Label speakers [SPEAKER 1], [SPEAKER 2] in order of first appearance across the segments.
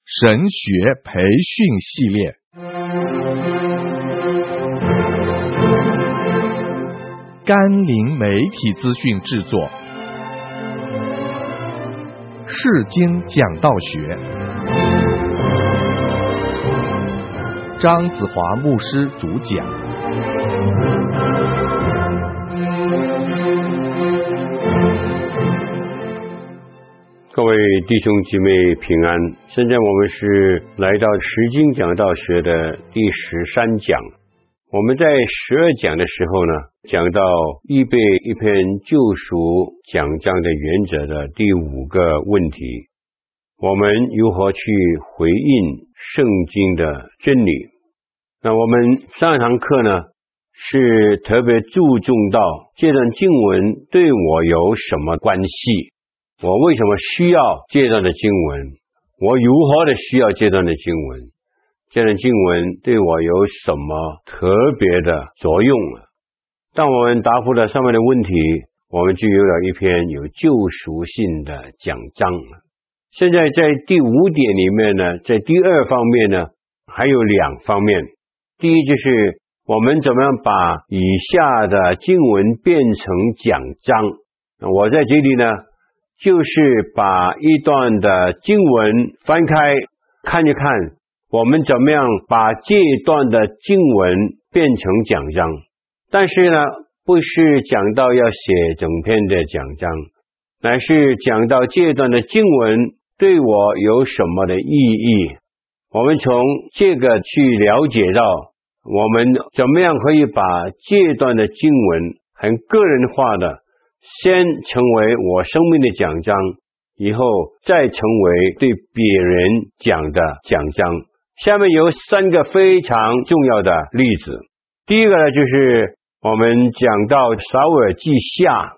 [SPEAKER 1] 神学培训系列。甘霖媒体资讯制作，释经讲道学，张子华牧师主讲。
[SPEAKER 2] 各位弟兄姐妹平安，现在我们是来到释经讲道学的第13讲。我们在12讲的时候呢，讲到预备一篇救赎讲章的原则的第5个问题，我们如何去回应圣经的真理。那我们上堂课呢，是特别注重到这段经文对我有什么关系，我为什么需要这段的经文，我如何的需要这段的经文，这段经文对我有什么特别的作用。当我们答复了上面的问题，我们就有了一篇有救赎性的讲章。现在在第5点里面呢，在第2方面呢，还有2方面。第一就是我们怎么样把以下的经文变成讲章。我在这里呢，就是把一段的经文翻开看一看，我们怎么样把这段的经文变成讲章。但是呢，不是讲到要写整篇的讲章，乃是讲到这段的经文对我有什么的意义。我们从这个去了解到，我们怎么样可以把这段的经文很个人化的先成为我生命的讲章，以后再成为对别人讲的讲章。下面有3个非常重要的例子。第一个呢，就是我们讲到撒母耳记下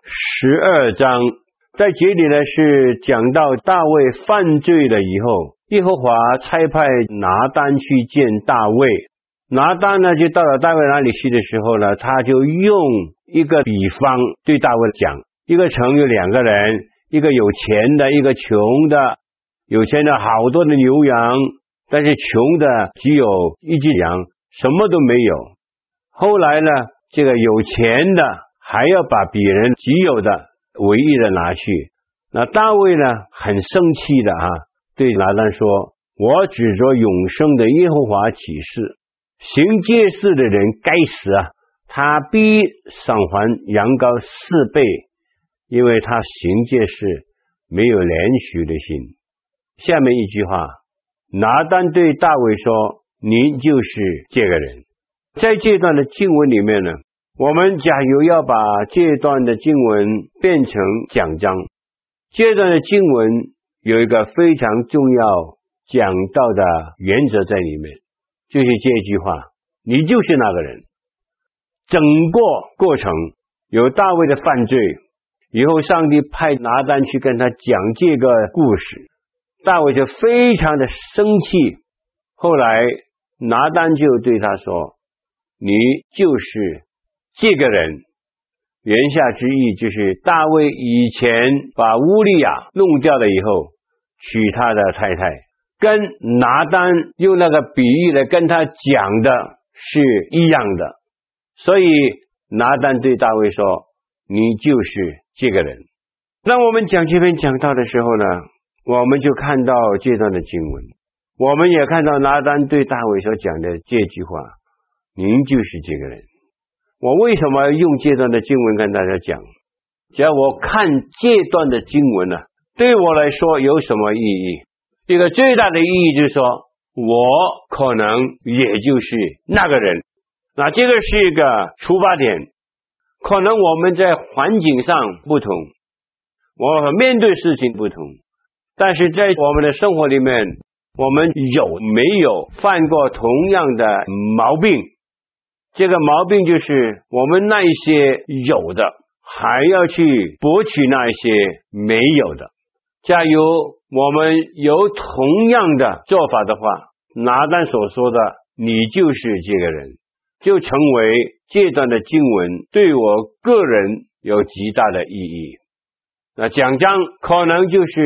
[SPEAKER 2] 12章，在这里呢是讲到大卫犯罪了以后，耶和华差派拿单去见大卫。拿单呢就到了大卫那里去的时候呢，他就用一个比方对大卫讲，一个城有2个人，一个有钱的，一个穷的。有钱的好多的牛羊，但是穷的只有1只羊，什么都没有。后来呢，这个有钱的还要把别人只有的唯一的拿去。那大卫呢很生气的对拿单说，我指着永生的耶和华起誓，行这事的人该死他必赏还羊羔4倍，因为他行这事没有连续的心。下面一句话，拿单对大卫说，你就是这个人。在这段的经文里面呢，我们假如要把这段的经文变成讲章，这段的经文有一个非常重要讲到的原则在里面，就是这句话，你就是那个人。整个过程有大卫的犯罪，以后上帝派拿单去跟他讲这个故事，大卫就非常的生气。后来拿单就对他说，你就是这个人。言下之意就是大卫以前把乌利亚弄掉了以后，娶他的太太，跟拿单用那个比喻来跟他讲的是一样的。所以拿单对大卫说，你就是这个人。当我们讲这篇讲道的时候呢，我们就看到这段的经文，我们也看到拿单对大卫所讲的这句话，您就是这个人。我为什么用这段的经文跟大家讲？只要我看这段的经文呢，对我来说有什么意义？一个最大的意义就是说，我可能也就是那个人。那这个是一个出发点，可能我们在环境上不同，我面对事情不同，但是在我们的生活里面，我们有没有犯过同样的毛病？这个毛病就是我们那一些有的还要去博取那一些没有的。假如我们有同样的做法的话，拿单所说的你就是这个人，就成为这段的经文对我个人有极大的意义。那讲章可能就是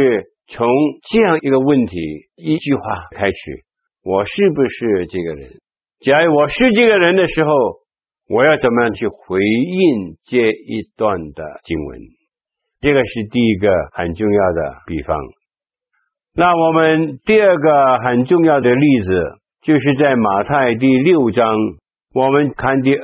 [SPEAKER 2] 从这样一个问题一句话开始，我是不是这个人？假如我是这个人的时候，我要怎么样去回应这一段的经文？这个是第一个很重要的比方。那我们第二个很重要的例子，就是在马太第6章，我们看第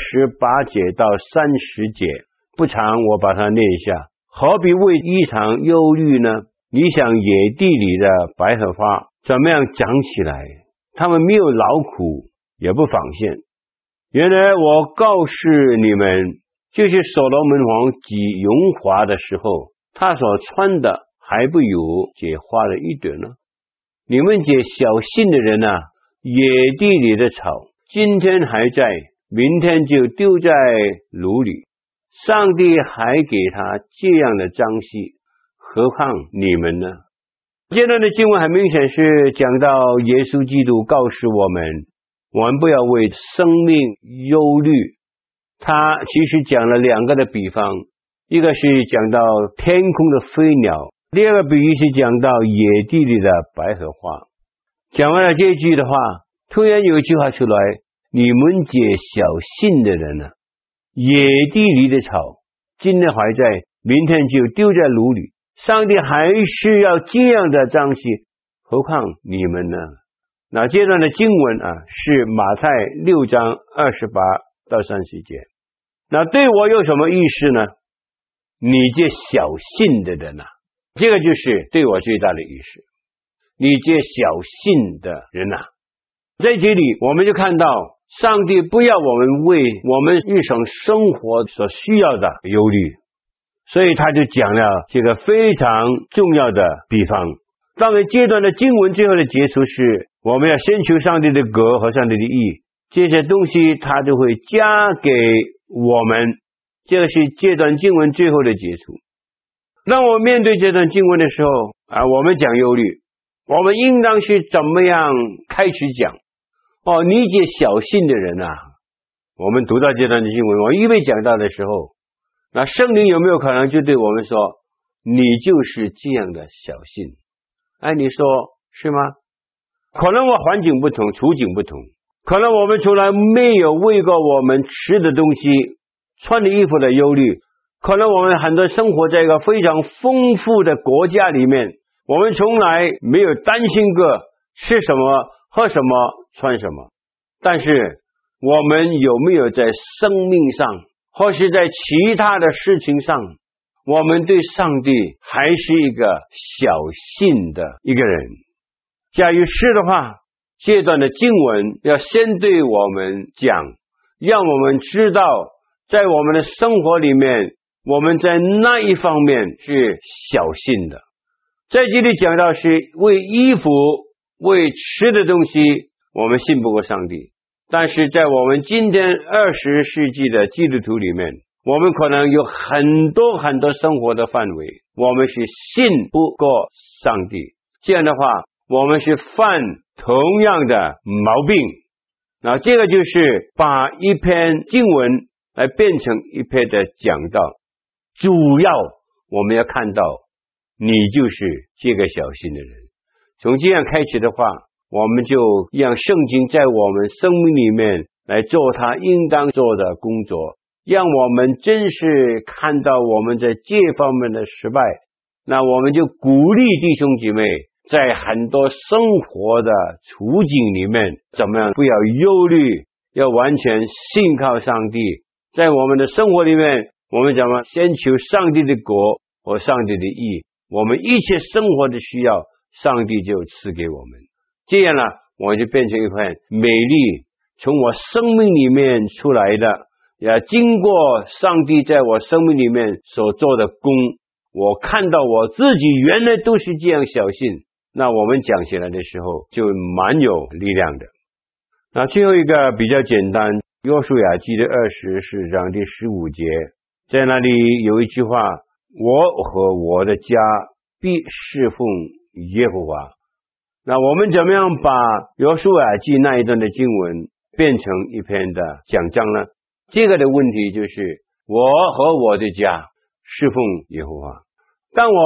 [SPEAKER 2] 28节到30节，不长，我把它念一下。何必为一场忧虑呢？你想野地里的百合花怎么样长起来？它们没有劳苦，也不纺线。原来我告诉你们，就是所罗门王极荣华的时候，他所穿的还不有这花的一点呢。你们这小信的人啊，野地里的草，今天还在，明天就丢在炉里。上帝还给他这样的张息，何况你们呢？这段的经文很明显是讲到耶稣基督告诉我们不要为生命忧虑。他其实讲了2个的比方，一个是讲到天空的飞鸟，第二个比喻是讲到野地里的百合花。讲完了这句的话，突然有一句话出来，你们这小信的人啊，野地里的草，今天还在，明天就丢在炉里。上帝还是要这样的张息，何况你们呢？那这段的经文啊，是马太6章28到30节。那对我有什么意思呢？你这小信的人啊，这个就是对我最大的意思。你这小信的人啊，在这里我们就看到上帝不要我们为我们日常生活所需要的忧虑，所以他就讲了这个非常重要的比方。当然这段的经文最后的结束是，我们要先求上帝的国和上帝的义，这些东西他就会加给我们。这个是这段经文最后的结束。当我面对这段经文的时候我们讲忧虑，我们应当是怎么样开始讲？你这小信的人啊，我们读到这段的经文，我预备讲到的时候，那圣灵有没有可能就对我们说，你就是这样的小信？你说是吗？可能我环境不同，处境不同，可能我们从来没有为过我们吃的东西、穿的衣服的忧虑，可能我们很多生活在一个非常丰富的国家里面，我们从来没有担心过吃什么、喝什么、穿什么。但是我们有没有在生命上或是在其他的事情上，我们对上帝还是一个小信的一个人？假如是的话，这段的经文要先对我们讲，让我们知道在我们的生活里面，我们在那一方面是小信的。在这里讲到是为衣服、为吃的东西，我们信不过上帝。但是在我们今天20世纪的基督徒里面，我们可能有很多很多生活的范围，我们是信不过上帝。这样的话，我们是犯同样的毛病。那这个就是把一篇经文来变成一篇的讲道。主要我们要看到，你就是这个小信的人。从这样开始的话，我们就让圣经在我们生命里面来做它应当做的工作，让我们真是看到我们在这方面的失败。那我们就鼓励弟兄姐妹在很多生活的处境里面，怎么样不要忧虑，要完全信靠上帝。在我们的生活里面，我们怎么先求上帝的国和上帝的义，我们一切生活的需要，上帝就赐给我们。这样呢，我就变成一块美丽从我生命里面出来的，也经过上帝在我生命里面所做的工，我看到我自己原来都是这样小信，那我们讲起来的时候就蛮有力量的。那最后一个比较简单，约书亚记的24章第15节，在那里有一句话，我和我的家必侍奉耶和华。那我们怎么样把约书亚记那一段的经文变成一篇的讲章呢？这个的问题就是，我和我的家侍奉耶和华。当我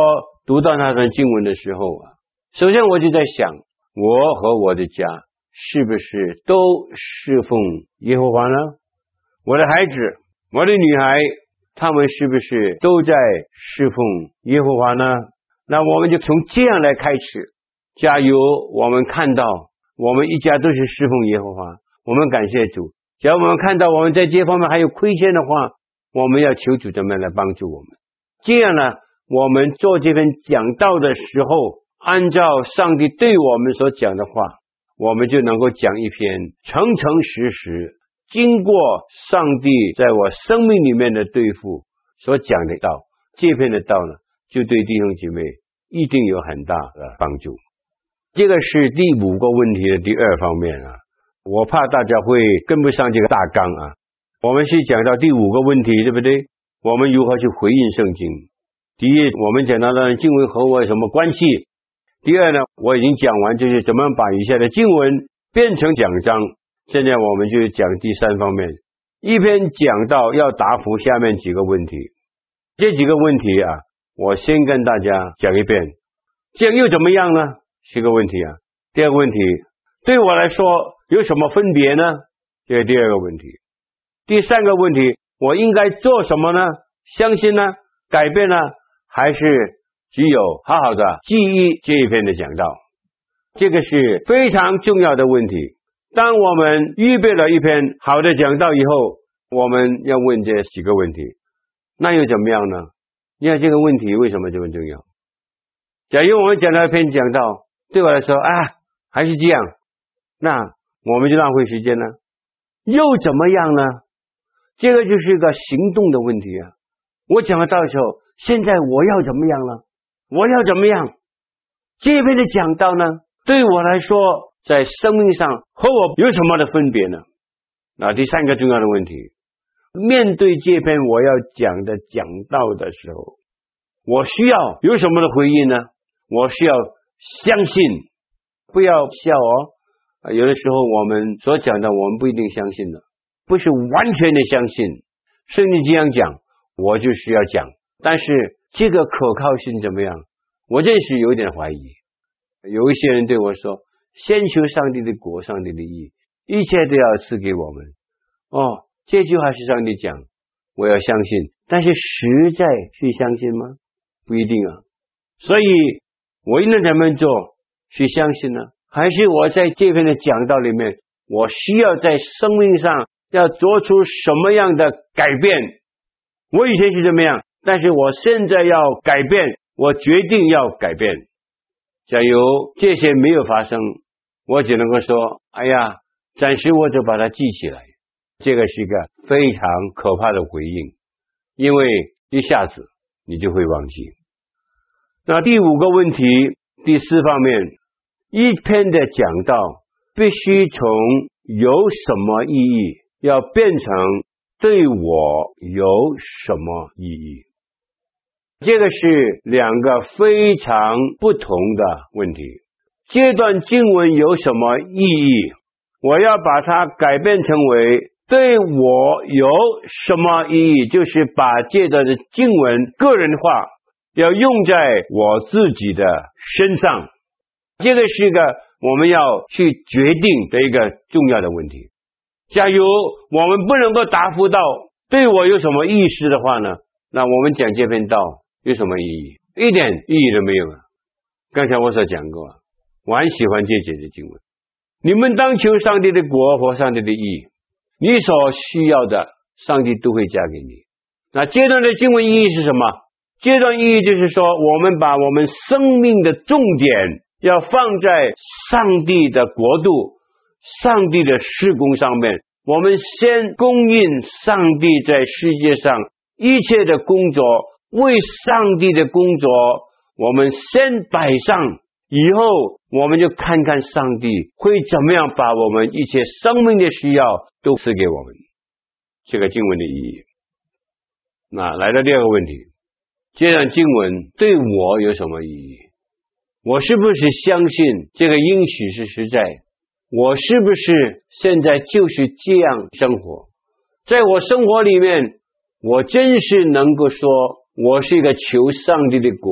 [SPEAKER 2] 读到那段经文的时候啊，首先我就在想，我和我的家是不是都侍奉耶和华呢？我的孩子，我的女孩，他们是不是都在侍奉耶和华呢？那我们就从这样来开始。假如我们看到我们一家都是侍奉耶和华，我们感谢主。假如我们看到我们在这方面还有亏欠的话，我们要求主怎么样来帮助我们。这样呢，我们做这篇讲道的时候，按照上帝对我们所讲的话，我们就能够讲一篇诚诚实实经过上帝在我生命里面的对付所讲的道。这篇的道呢，就对弟兄姐妹一定有很大的帮助。这个是第5个问题的第2方面啊，我怕大家会跟不上这个大纲啊。我们是讲到第5个问题，对不对？我们如何去回应圣经？第一，我们讲到的经文和我有什么关系？第二呢，我已经讲完，就是怎么把以下的经文变成讲章。现在我们就讲第3方面，一篇讲道要答复下面几个问题。这几个问题啊，我先跟大家讲一遍，这样又怎么样呢？是个问题啊。第二个问题，对我来说有什么分别呢？这是第2个问题。第3个问题，我应该做什么呢？相信呢？改变呢？还是只有好好的记忆这一篇的讲道？这个是非常重要的问题。当我们预备了一篇好的讲道以后，我们要问这几个问题，那又怎么样呢？因为这个问题为什么这么重要？假如我们讲到一篇讲道，对我来说还是这样，那我们就浪费时间了。又怎么样呢？这个就是一个行动的问题啊。我讲到的时候，现在我要怎么样呢？我要怎么样？这篇的讲道呢，对我来说在生命上和我有什么的分别呢？那第3个重要的问题，面对这篇我要讲的讲道的时候，我需要有什么的回应呢？我需要相信，不要笑哦。有的时候我们所讲的我们不一定相信的，不是完全的相信。圣经这样讲，我就需要讲，但是这个可靠性怎么样？我真是有点怀疑。有一些人对我说，先求上帝的国，上帝的义，一切都要赐给我们。这句话是上帝讲，我要相信，但是实在去相信吗？不一定啊。所以我应该怎么做去相信呢？还是我在这篇的讲道里面，我需要在生命上要做出什么样的改变？我以前是怎么样，但是我现在要改变，我决定要改变。假如这些没有发生，我只能够说，暂时我就把它记起来。这个是一个非常可怕的回应，因为一下子你就会忘记。那第5个问题，第4方面，一篇的讲道必须从有什么意义，要变成对我有什么意义。这个是2个非常不同的问题。这段经文有什么意义？我要把它改变成为对我有什么意义，就是把这段的经文个人化，要用在我自己的身上。这个是一个我们要去决定的一个重要的问题。假如我们不能够答复到对我有什么意思的话呢，那我们讲这篇道有什么意义？一点意义都没有啊。刚才我所讲过，我很喜欢这节的经文，你们当求上帝的国和上帝的义，你所需要的上帝都会加给你。那这段的经文意义是什么？这段意义就是说，我们把我们生命的重点要放在上帝的国度，上帝的事工上面。我们先供应上帝在世界上一切的工作，为上帝的工作我们先摆上，以后我们就看看上帝会怎么样把我们一切生命的需要都赐给我们。这个经文的意义。那来到第2个问题，这段经文对我有什么意义？我是不是相信这个应许是实在？我是不是现在就是这样生活？在我生活里面，我真是能够说我是一个求上帝的国，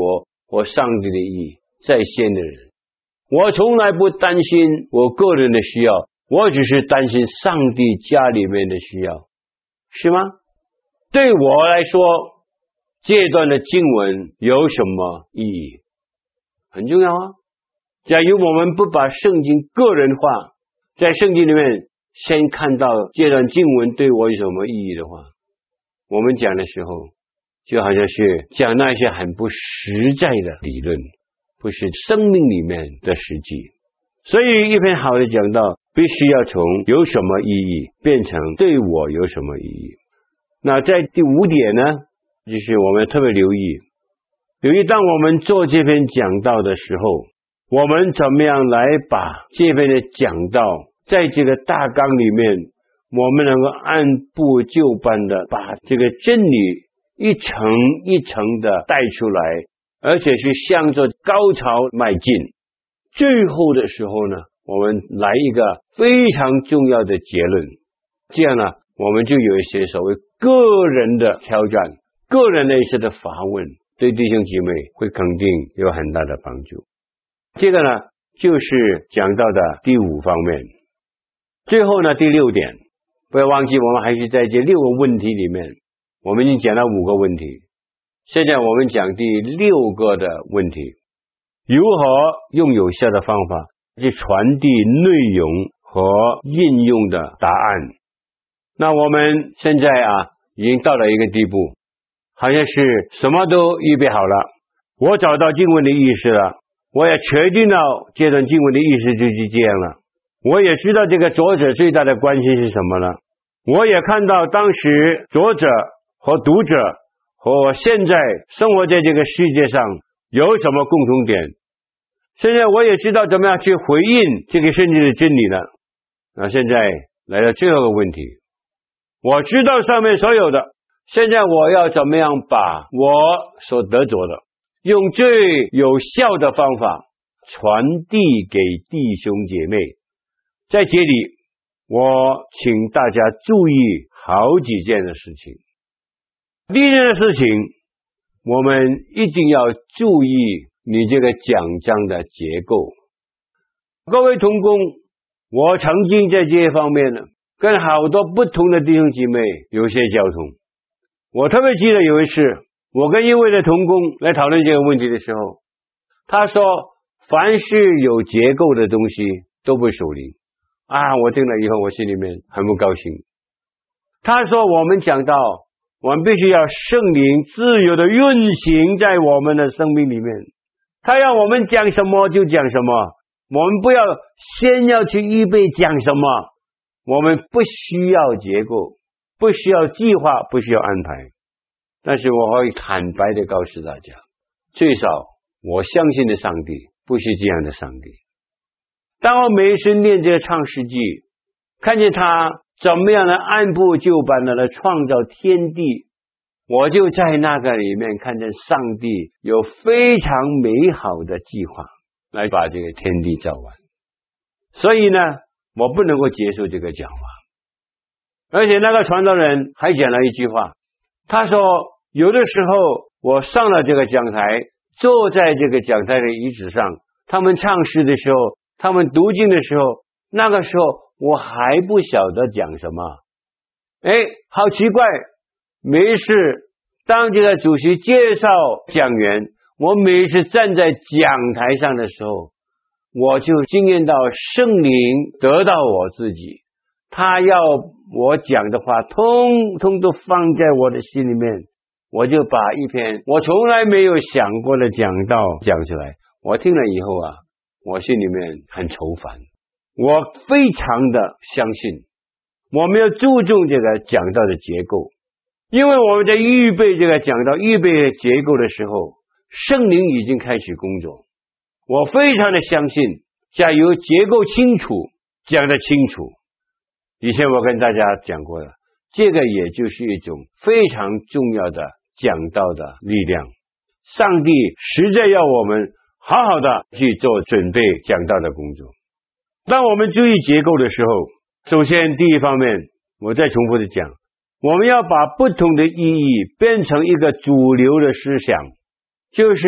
[SPEAKER 2] 和上帝的意在先的人。我从来不担心我个人的需要，我只是担心上帝家里面的需要，是吗？对我来说，这段的经文有什么意义？很重要啊。假如我们不把圣经个人化，在圣经里面先看到这段经文对我有什么意义的话，我们讲的时候就好像是讲那些很不实在的理论，不是生命里面的实际。所以一篇好的讲道必须要从有什么意义变成对我有什么意义。那在第5点呢，就是我们特别留意当我们做这篇讲道的时候，我们怎么样来把这篇的讲道在这个大纲里面，我们能够按部就班的把这个真理一层一层的带出来，而且是向着高潮迈进。最后的时候呢，我们来一个非常重要的结论，这样呢，我们就有一些所谓个人的挑战，个人的一些的发问，对弟兄姐妹会肯定有很大的帮助。这个呢，就是讲到的第5方面。最后呢，第6点，不要忘记我们还是在这6个问题里面，我们已经讲到5个问题，现在我们讲第6个的问题，如何用有效的方法去传递内容和应用的答案。那我们现在已经到了一个地步，好像是什么都预备好了，我找到经文的意思了，我也确定了这段经文的意思就是这样了，我也知道这个作者最大的关系是什么了，我也看到当时作者和读者和现在生活在这个世界上有什么共同点，现在我也知道怎么样去回应这个圣经的真理了。那现在来到最后一个问题，我知道上面所有的，现在我要怎么样把我所得着的用最有效的方法传递给弟兄姐妹。在这里我请大家注意好几件的事情。第一件的事情，我们一定要注意你这个讲章的结构。各位同工，我曾经在这一方面呢，跟好多不同的弟兄姐妹有些交通。我特别记得有一次，我跟一位的同工来讨论这个问题的时候，他说凡是有结构的东西都不属灵我听了以后我心里面很不高兴。他说我们讲到我们必须要圣灵自由的运行在我们的生命里面，他要我们讲什么就讲什么，我们不要先要去预备讲什么，我们不需要结构，不需要计划，不需要安排。但是我会坦白的告诉大家，最少我相信的上帝不是这样的上帝。当我每一次念这个创世纪，看见他怎么样的按部就班的来创造天地，我就在那个里面看见上帝有非常美好的计划来把这个天地造完。所以呢，我不能够接受这个讲法。而且那个传道人还讲了一句话，他说有的时候我上了这个讲台，坐在这个讲台的椅子上，他们唱诗的时候，他们读经的时候，那个时候我还不晓得讲什么。好奇怪，每一次当这个主席介绍讲员，我每一次站在讲台上的时候，我就经验到圣灵得到我自己，他要我讲的话通通都放在我的心里面，我就把一篇我从来没有想过的讲道讲出来。我听了以后我心里面很愁烦。我非常的相信我们要注重这个讲道的结构，因为我们在预备这个讲道预备结构的时候，圣灵已经开始工作。我非常的相信，假如结构清楚，讲得清楚，以前我跟大家讲过了，这个也就是一种非常重要的讲道的力量。上帝实在要我们好好的去做准备讲道的工作。当我们注意结构的时候，首先第一方面，我再重复的讲，我们要把不同的意义变成一个主流的思想，就是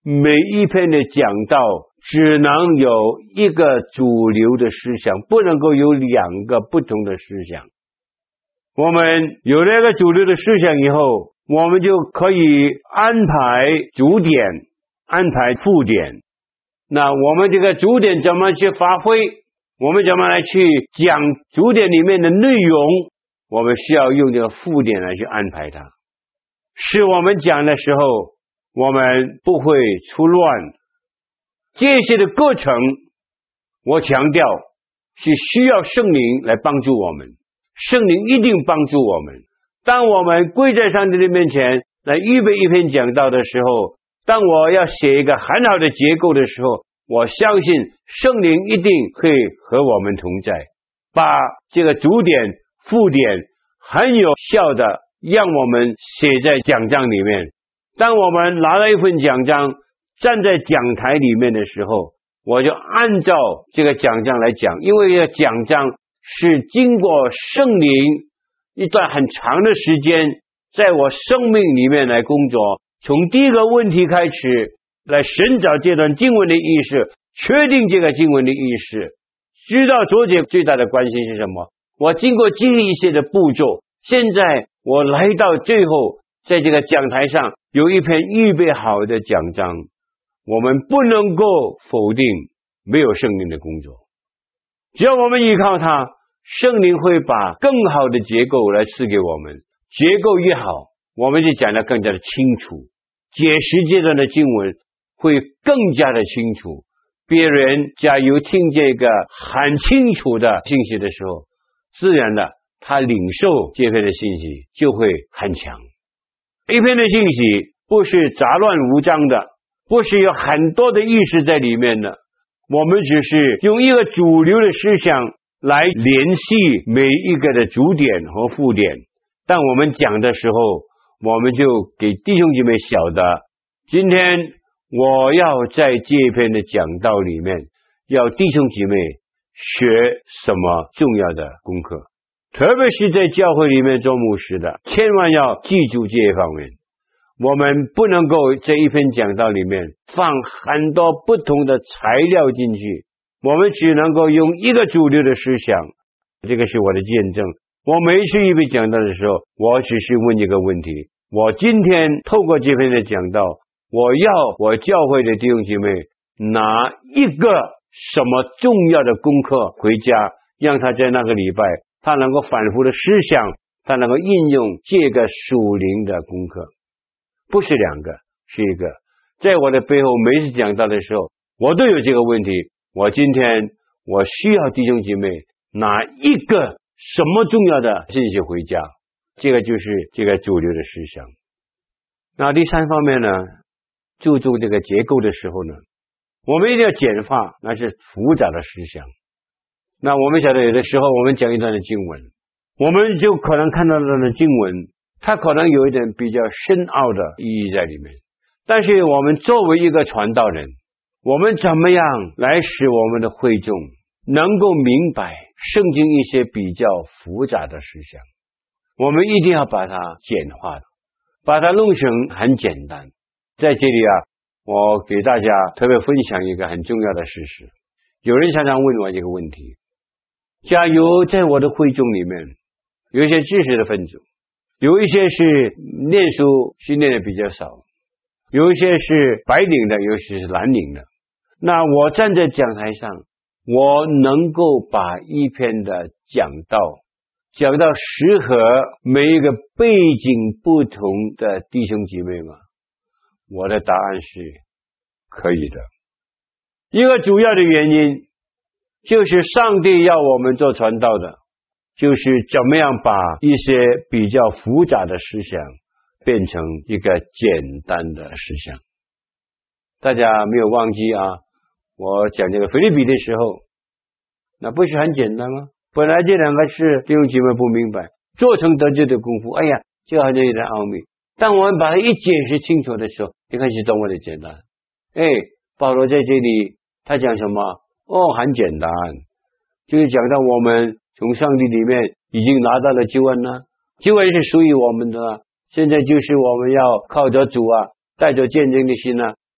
[SPEAKER 2] 每一篇的讲道只能有一个主流的思想，不能够有两个不同的思想。我们有了一个主流的思想以后，我们就可以安排主点，安排副点。那我们这个主点怎么去发挥，我们怎么来去讲主点里面的内容，我们需要用这个副点来去安排它，使我们讲的时候我们不会出乱。这些的过程我强调是需要圣灵来帮助我们，圣灵一定帮助我们。当我们跪在上帝的面前来预备一篇讲道的时候，当我要写一个很好的结构的时候，我相信圣灵一定会和我们同在，把这个主点副点很有效的让我们写在讲章里面。当我们拿了一份讲章站在讲台里面的时候，我就按照这个讲章来讲，因为这个讲章是经过圣灵一段很长的时间在我生命里面来工作，从第一个问题开始来寻找这段经文的意思，确定这个经文的意思，知道作者最大的关心是什么。我经过这一些的步骤，现在我来到最后，在这个讲台上有一篇预备好的讲章。我们不能够否定没有圣灵的工作，只要我们依靠他，圣灵会把更好的结构来赐给我们。结构越好，我们就讲得更加的清楚，解释这段的经文会更加的清楚。别人假如听这个很清楚的信息的时候，自然的他领受这篇的信息就会很强。一篇的信息不是杂乱无章的，不是有很多的意思在里面的，我们只是用一个主流的思想来联系每一个的主点和副点。当我们讲的时候，我们就给弟兄姐妹晓得，今天我要在这篇的讲道里面要弟兄姐妹学什么重要的功课，特别是在教会里面做牧师的，千万要记住这一方面。我们不能够在一篇讲道里面放很多不同的材料进去，我们只能够用一个主流的思想。这个是我的见证。我每一次预备讲道的时候，我只是问一个问题，我今天透过这篇的讲道，我要我教会的弟兄姐妹拿一个什么重要的功课回家，让他在那个礼拜他能够反复的思想，他能够应用这个属灵的功课。不是两个，是一个。在我的背后每次讲到的时候，我都有这个问题，我今天我需要弟兄姐妹拿一个什么重要的信息回家，这个就是这个主流的思想。那第三方面呢，注重这个结构的时候呢，我们一定要简化那是复杂的思想。那我们晓得有的时候我们讲一段的经文，我们就可能看到那的经文它可能有一点比较深奥的意义在里面，但是我们作为一个传道人，我们怎么样来使我们的会众能够明白圣经一些比较复杂的思想，我们一定要把它简化，把它弄成很简单。在这里我给大家特别分享一个很重要的事实。有人常常问我一个问题，假如在我的会众里面有一些知识的分子，有一些是念书训练的比较少，有一些是白领的，有些是蓝领的，那我站在讲台上，我能够把一篇的讲道讲到适合每一个背景不同的弟兄姐妹吗？我的答案是可以的。一个主要的原因就是上帝要我们做传道的，就是怎么样把一些比较复杂的思想变成一个简单的思想。大家没有忘记我讲这个腓立比的时候，那不是很简单吗？本来这两个是弟兄姐妹不明白，做成得救的功夫，这好像有点奥秘。当我们把它一解释清楚的时候，你看是多么的简单。保罗在这里他讲什么？很简单，就是讲到我们从上帝里面已经拿到了救恩了，救恩是属于我们的，现在就是我们要靠着主带着见证的心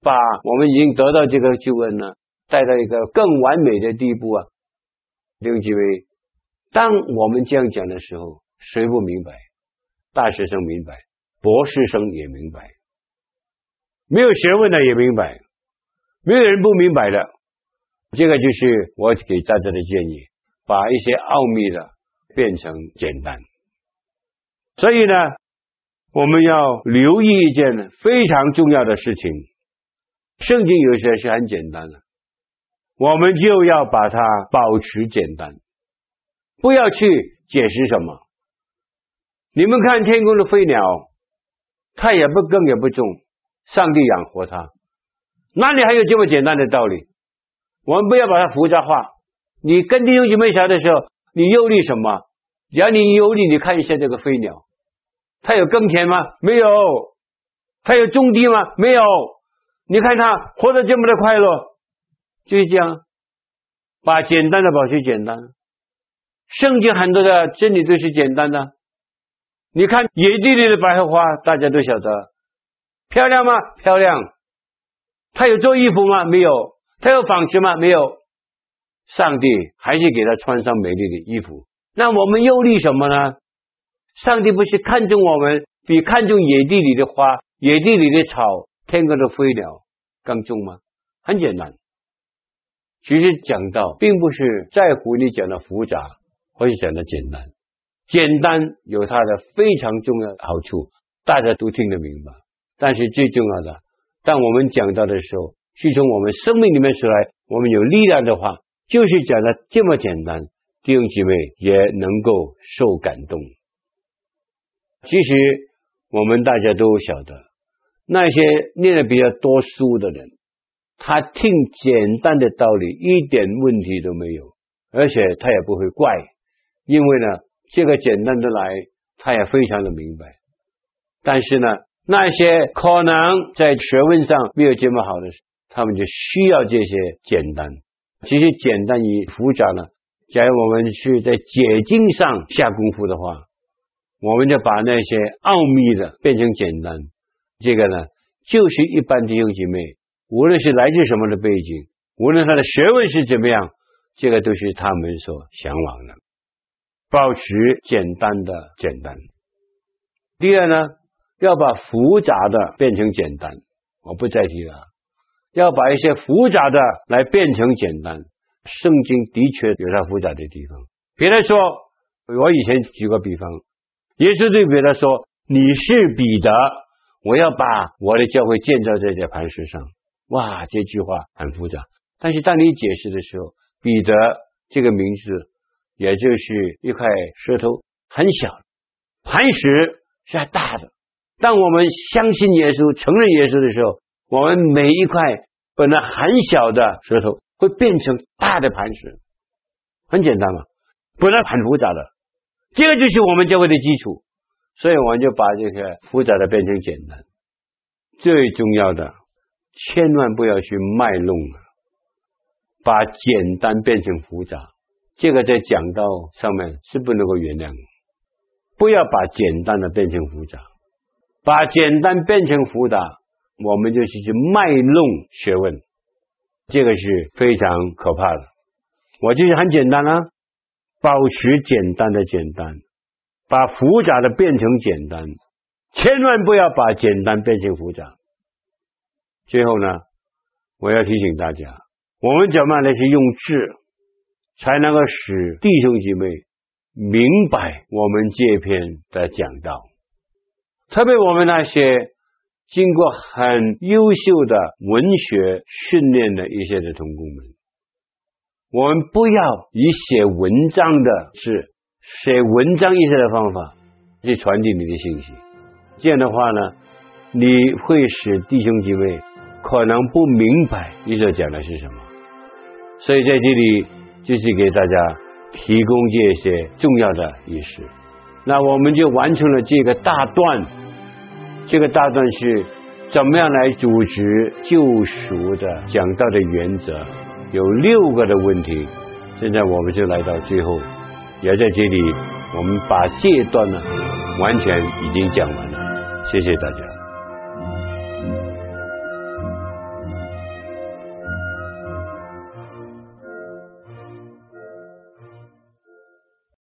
[SPEAKER 2] 把我们已经得到这个救恩呢，带到一个更完美的地步啊。弟兄姐妹，当我们这样讲的时候，谁不明白？大学生明白，博士生也明白，没有学问的也明白，没有人不明白的。这个就是我给大家的建议，把一些奥秘的变成简单。所以呢，我们要留意一件非常重要的事情，圣经有些是很简单的，我们就要把它保持简单，不要去解释什么。你们看天空的飞鸟，它也不耕也不种，上帝养活它，哪里还有这么简单的道理？我们不要把它复杂化。你跟弟兄姐妹聊的时候，你忧虑什么？只要你忧虑，你看一下这个飞鸟，它有耕田吗？没有。它有种地吗？没有。你看它活得这么的快乐，就是这样，把简单的保持简单。圣经很多的真理都是简单的。你看野地里的百合花，大家都晓得，漂亮吗？漂亮。它有做衣服吗？没有。它有纺织吗？没有。上帝还是给他穿上美丽的衣服。那我们忧虑什么呢？上帝不是看重我们比看重野地里的花、野地里的草、天空的飞鸟更重吗？很简单。其实讲到并不是在乎你讲的复杂或者讲的简单，简单有它的非常重要的好处，大家都听得明白。但是最重要的，当我们讲到的时候，是从我们生命里面出来，我们有力量的话，就是讲的这么简单，弟兄姐妹也能够受感动。其实我们大家都晓得，那些念的比较多书的人，他听简单的道理一点问题都没有，而且他也不会怪，因为呢这个简单的来他也非常的明白。但是呢那些可能在学问上没有这么好的，他们就需要这些简单。其实简单与复杂呢，假如我们是在解经上下功夫的话，我们就把那些奥秘的变成简单。这个呢就是一般弟兄姐妹无论是来自什么的背景，无论他的学问是怎么样，这个都是他们所向往的。保持简单的简单。第二呢，要把复杂的变成简单，我不再提了，要把一些复杂的来变成简单。圣经的确有它复杂的地方。别人说，我以前举个比方，耶稣对别人说，你是彼得，我要把我的教会建造在这磐石上。哇，这句话很复杂，但是当你解释的时候，彼得这个名字也就是一块石头，很小，磐石是很大的。当我们相信耶稣、承认耶稣的时候，我们每一块本来很小的石头会变成大的磐石，很简单嘛，本来很复杂的，这个就是我们教会的基础。所以我们就把这个复杂的变成简单。最重要的，千万不要去卖弄了，把简单变成复杂，这个在讲道上面是不能够原谅的。不要把简单的变成复杂，把简单变成复杂，我们就是去卖弄学问，这个是非常可怕的。我就是很简单啊，保持简单的简单，把复杂的变成简单，千万不要把简单变成复杂。最后呢，我要提醒大家，我们怎么样来去用智，才能够使弟兄姐妹明白我们这篇的讲道。特别我们那些经过很优秀的文学训练的一些的同工们，我们不要以写文章的是写文章一些的方法去传递你的信息，这样的话呢，你会使弟兄姐妹可能不明白你所讲的是什么。所以在这里就是给大家提供这些重要的意识。那我们就完成了这个大段，这个大段是怎么样来组织救赎的讲道的原则，有6个的问题。现在我们就来到最后，也在这里我们把这一段呢完全已经讲完了。谢谢大家。